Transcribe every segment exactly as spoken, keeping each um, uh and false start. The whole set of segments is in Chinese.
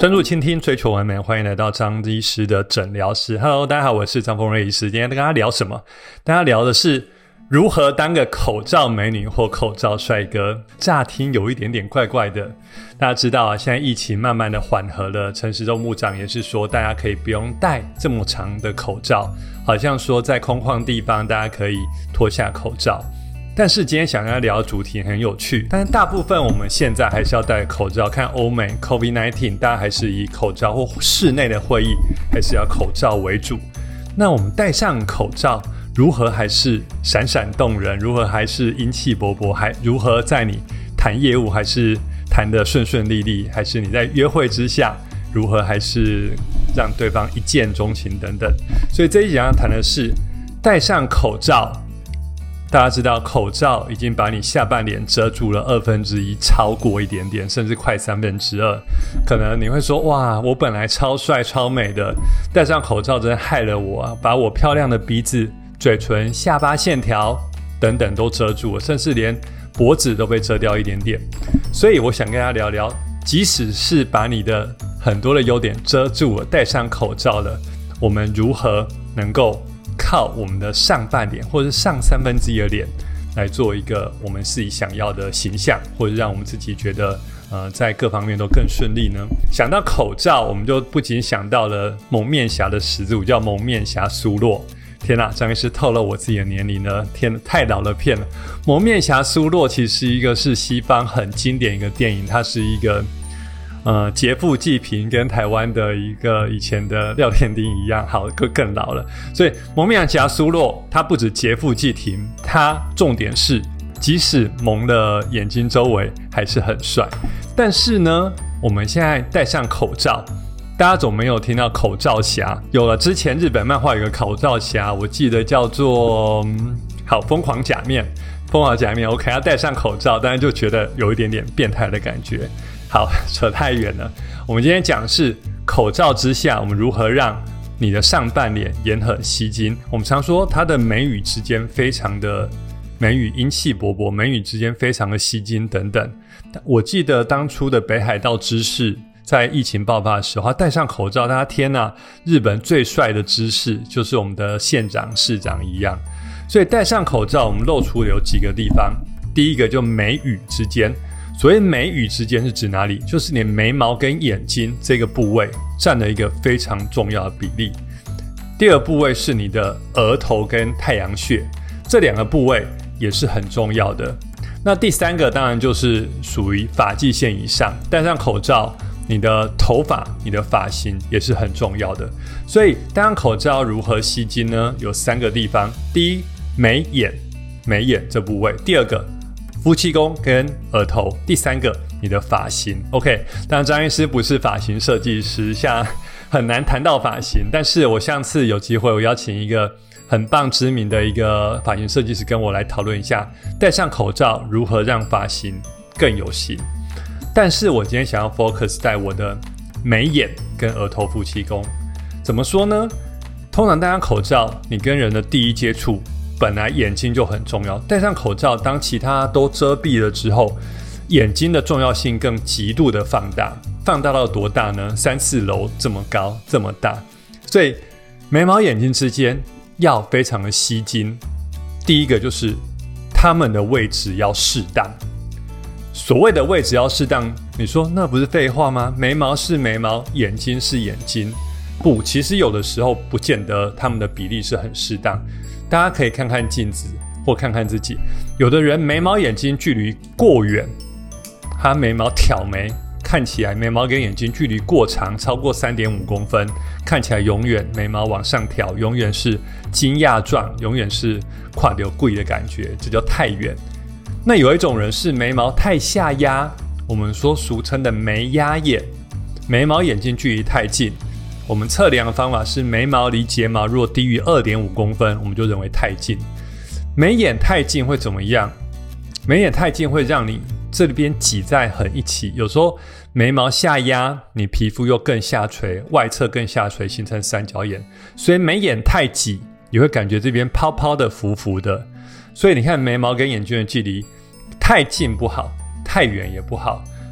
专注倾听，追求完美，欢迎来到张医师的诊疗室。Hello， 大家好，我是张丰瑞医师。今天跟大家聊什么？大家聊的是如何当个口罩美女或口罩帅哥。乍听有一点点怪怪的。大家知道啊，现在疫情慢慢的缓和了，陈时中部长也是说，大家可以不用戴这么长的口罩，好像说在空旷地方大家可以脱下口罩。但是今天想跟大家聊的主题很有趣，但是大部分我们现在还是要戴口罩。看欧美 COVID 十九， 大家还是以口罩或室内的会议还是要口罩为主。那我们戴上口罩，如何还是闪闪动人？如何还是英气勃勃？还如何在你谈业务还是谈得顺顺利利？还是你在约会之下，如何还是让对方一见钟情等等？所以这一集要谈的是戴上口罩。大家知道口罩已经把你下半脸遮住了二分之一，超过一点点，甚至快三分之二。可能你会说，哇，我本来超帅超美的，戴上口罩真的害了我啊，把我漂亮的鼻子、嘴唇、下巴线条等等都遮住了，甚至连脖子都被遮掉一点点。所以我想跟大家聊聊，即使是把你的很多的优点遮住了，戴上口罩了，我们如何能够靠我们的上半脸或者是上三分之一的脸来做一个我们自己想要的形象，或者让我们自己觉得呃在各方面都更顺利呢？想到口罩，我们就不仅想到了蒙面侠的始祖叫蒙面侠苏洛。天哪，张医师透露我自己的年龄呢，天，太老了片了。蒙面侠苏洛其实一个是西方很经典一个电影，它是一个呃，劫富济贫，跟台湾的一个以前的廖天丁一样，好，更更老了。所以蒙面侠苏洛他不止劫富济贫，他重点是即使蒙了眼睛周围还是很帅。但是呢，我们现在戴上口罩，大家总没有听到口罩侠。有了，之前日本漫画有个口罩侠，我记得叫做、嗯、好疯狂假面，疯狂假面 OK， 他戴上口罩，当然就觉得有一点点变态的感觉。好，扯太远了。我们今天讲的是口罩之下，我们如何让你的上半脸也很吸睛。我们常说它的眉宇之间非常的眉宇英气勃勃，眉宇之间非常的吸睛等等。我记得当初的北海道知事在疫情爆发的时候，他戴上口罩，大家天哪，日本最帅的知事就是我们的县长市长一样。所以戴上口罩，我们露出有几个地方。第一个就眉宇之间。所谓眉宇之间是指哪里？就是你眉毛跟眼睛这个部位占了一个非常重要的比例。第二部位是你的额头跟太阳穴，这两个部位也是很重要的。那第三个当然就是属于发际线以上，戴上口罩，你的头发、你的发型也是很重要的。所以戴上口罩如何吸睛呢？有三个地方：第一，眉眼，眉眼这部位；第二个，夫妻宫跟额头，第三个你的发型 OK。 当然张医师不是发型设计师，像很难谈到发型，但是我上次有机会我邀请一个很棒知名的一个发型设计师跟我来讨论一下戴上口罩如何让发型更有型。但是我今天想要 focus 在我的眉眼跟额头夫妻宫。怎么说呢？通常戴上口罩，你跟人的第一接触本来眼睛就很重要，戴上口罩，当其他都遮蔽了之后，眼睛的重要性更极度的放大。放大到多大呢？三四楼这么高，这么大。所以眉毛眼睛之间要非常的吸睛。第一个就是它们的位置要适当。所谓的位置要适当，你说那不是废话吗？眉毛是眉毛，眼睛是眼睛。不，其实有的时候不见得它们的比例是很适当。大家可以看看镜子或看看自己，有的人眉毛眼睛距离过远，他眉毛挑眉，看起来眉毛跟眼睛距离过长，超过 三点五公分，看起来永远眉毛往上挑，永远是惊讶状，永远是跨流贵的感觉，这叫太远。那有一种人是眉毛太下压，我们说俗称的眉压眼，眉毛眼睛距离太近。我们测量的方法是眉毛离睫毛如果低于 二点五公分，我们就认为太近。眉眼太近会怎么样？眉眼太近会让你这边挤在很一起，有时候眉毛下压，你皮肤又更下垂，外侧更下垂，形成三角眼。所以眉眼太挤，你会感觉这边泡泡的浮浮的。所以你看眉毛跟眼睛的距离太近不好，太远也不好。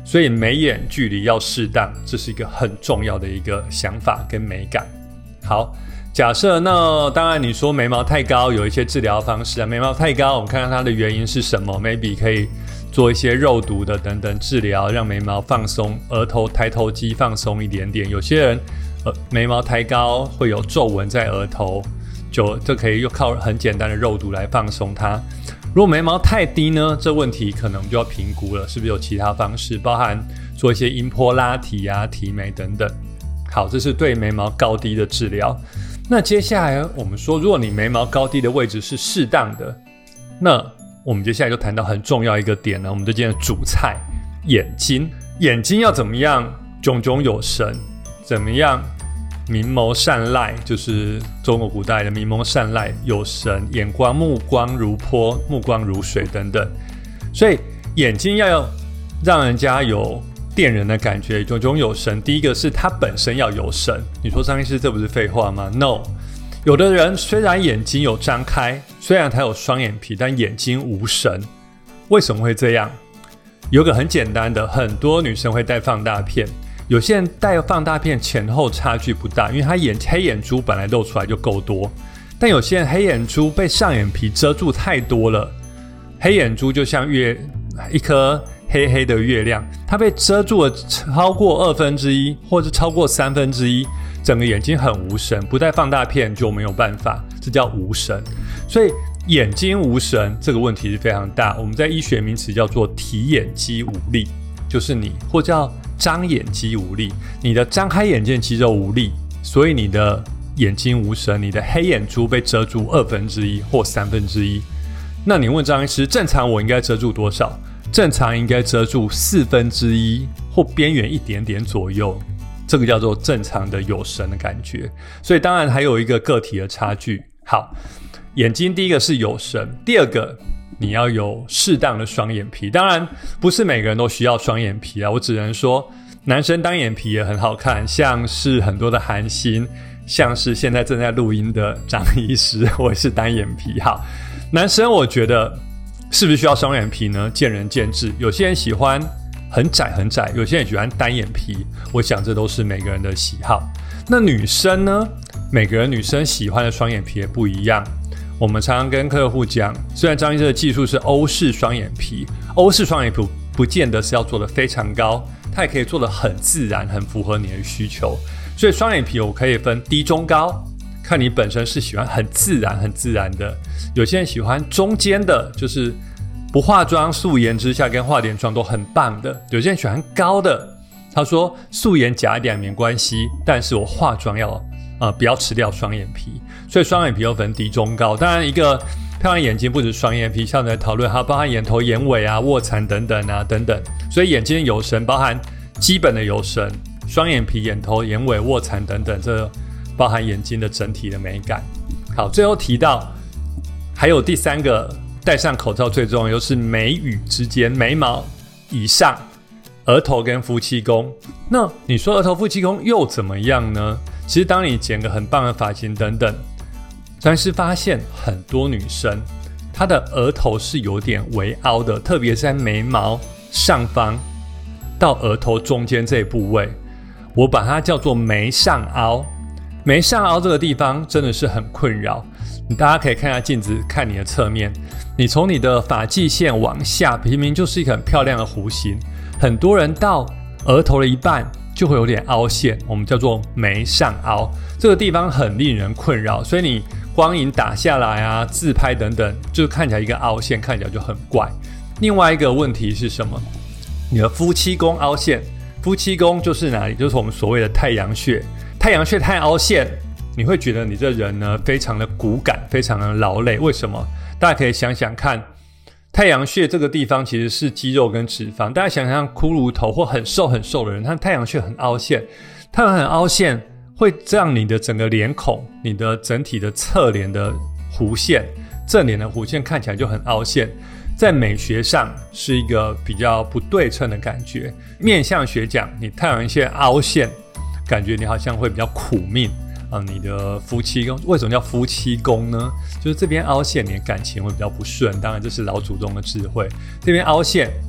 所以眉眼距离要适当，这是一个很重要的一个想法跟美感。好，假设那当然你说眉毛太高有一些治疗方式啊，眉毛太高我们看看它的原因是什么 maybe 可以做一些肉毒的等等治疗，让眉毛放松，额头抬头肌放松一点点。有些人、呃、眉毛抬高会有皱纹在额头，就这可以又靠很简单的肉毒来放松它。如果眉毛太低呢，这问题可能就要评估了，是不是有其他方式，包含做一些音波拉提啊、提眉等等。好，这是对眉毛高低的治疗。那接下来我们说，如果你眉毛高低的位置是适当的，那我们接下来就谈到很重要一个点呢，我们这今天的主菜眼睛。眼睛要怎么样炯炯有神，怎么样明眸善睐，就是中国古代的明眸善睐有神，眼光目光如波，目光如水等等。所以眼睛要让人家有电人的感觉，炯炯有神。第一个是它本身要有神。你说张医师这不是废话吗？ No， 有的人虽然眼睛有张开，虽然他有双眼皮，但眼睛无神。为什么会这样？有个很简单的，很多女生会戴放大片，有些人戴放大片前后差距不大，因为他眼黑眼珠本来露出来就够多，但有些人黑眼珠被上眼皮遮住太多了，黑眼珠就像月一颗黑黑的月亮，它被遮住了超过二分之一，或者超过三分之一，整个眼睛很无神，不戴放大片就没有办法，这叫无神。所以眼睛无神这个问题是非常大，我们在医学名词叫做提眼肌无力，就是你或叫张眼肌无力，你的张开眼睛肌肉无力，所以你的眼睛无神，你的黑眼珠被遮住二分之一或三分之一。那你问张医师，正常我应该遮住多少？正常应该遮住四分之一或边缘一点点左右，这个叫做正常的有神的感觉。所以当然还有一个个体的差距。好，眼睛第一个是有神，第二个你要有适当的双眼皮。当然不是每个人都需要双眼皮啊，我只能说男生单眼皮也很好看，像是很多的韩星，像是现在正在录音的张医师，我也是单眼皮。好，男生我觉得是不是需要双眼皮呢？见仁见智，有些人喜欢很窄很窄，有些人喜欢单眼皮，我想这都是每个人的喜好。那女生呢？每个人女生喜欢的双眼皮也不一样。我们常常跟客户讲，虽然张医生的技术是欧式双眼皮，欧式双眼皮不见得是要做得非常高，它也可以做得很自然，很符合你的需求。所以双眼皮我可以分低中高，看你本身是喜欢很自然很自然的，有些人喜欢中间的，就是不化妆素颜之下跟化点妆都很棒的，有些人喜欢高的，他说素颜假一点没关系，但是我化妆要呃不要吃掉双眼皮。所以双眼皮又分低中高，当然一个漂亮眼睛不止双眼皮，像我们在讨论它包含眼头眼尾啊、卧蚕等等啊等等，所以眼睛有神包含基本的有神，双眼皮、眼头、眼尾、卧蚕等等，这包含眼睛的整体的美感。好，最后提到还有第三个戴上口罩最重要，就是眉宇之间，眉毛以上，额头跟夫妻宫。那你说额头夫妻宫又怎么样呢？其实当你剪个很棒的发型等等，但是发现很多女生她的额头是有点微凹的，特别是在眉毛上方到额头中间这一部位，我把它叫做眉上凹。眉上凹这个地方真的是很困扰，大家可以看一下镜子，看你的侧面，你从你的发际线往下，明明就是一个很漂亮的弧形，很多人到额头的一半就会有点凹陷，我们叫做眉上凹，这个地方很令人困扰，所以你光影打下来啊、自拍等等，就看起来一个凹陷，看起来就很怪。另外一个问题是什么？你的夫妻宫凹陷，夫妻宫就是哪里？就是我们所谓的太阳穴。太阳穴太凹陷，你会觉得你这人呢非常的骨感，非常的劳累。为什么？大家可以想想看，太阳穴这个地方其实是肌肉跟脂肪。大家想想骷髅头或很瘦很瘦的人，他太阳穴很凹陷，太阳很凹陷会让你的整个脸孔、你的整体的侧脸的弧线、正脸的弧线看起来就很凹陷，在美学上是一个比较不对称的感觉。面相学讲，你太阳穴凹陷，感觉你好像会比较苦命啊。你的夫妻宫为什么叫夫妻宫呢？就是这边凹陷，你的感情会比较不顺。当然这是老祖宗的智慧。这边凹陷，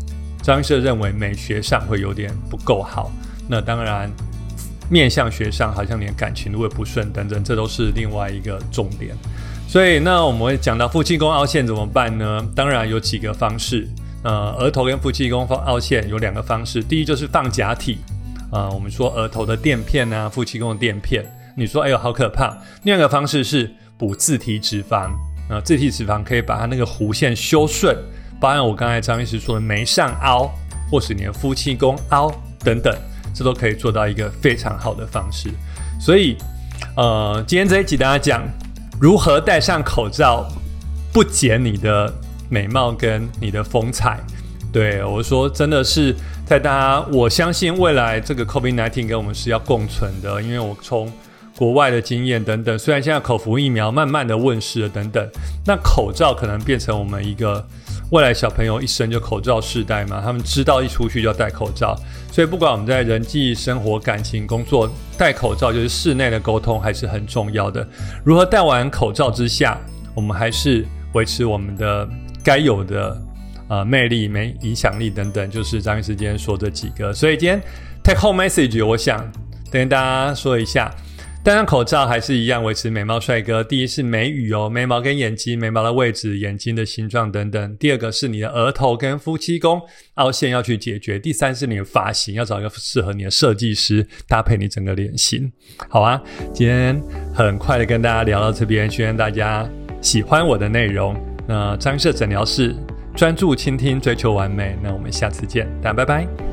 张医师认为美学上会有点不够好，那当然面相学上好像连感情路也不顺等等，这都是另外一个重点。所以那我们会讲到夫妻宫凹陷怎么办呢？当然有几个方式，呃，额头跟夫妻宫凹陷有两个方式，第一就是放假体，呃，我们说额头的垫片啊，夫妻宫的垫片，你说哎呦好可怕。另外一个方式是补自体脂肪，呃，自体脂肪可以把它那个弧线修顺，包含我刚才张医师说的眉上凹，或是你的夫妻宫凹等等，这都可以做到一个非常好的方式。所以呃，今天这一集大家讲如何戴上口罩不减你的美貌跟你的风采。对，我说真的是在大家，我相信未来这个 COVID 十九 跟我们是要共存的，因为我从国外的经验等等，虽然现在口服疫苗慢慢的问世了等等，那口罩可能变成我们一个未来小朋友一生就口罩世代嘛，他们知道一出去就要戴口罩，所以不管我们在人际生活、感情、工作，戴口罩就是室内的沟通还是很重要的。如何戴完口罩之下，我们还是维持我们的该有的呃魅力、没影响力等等，就是张医师今天说这几个。所以今天 take home message， 我想跟大家说一下。戴上口罩还是一样维持美貌帅哥。第一是眉宇哦，眉毛跟眼睛，眉毛的位置、眼睛的形状等等。第二个是你的额头跟夫妻宫凹陷要去解决。第三是你的发型，要找一个适合你的设计师搭配你整个脸型。好啊，今天很快的跟大家聊到这边，希望大家喜欢我的内容。那张医师诊疗室专注倾听，追求完美。那我们下次见，大家拜拜。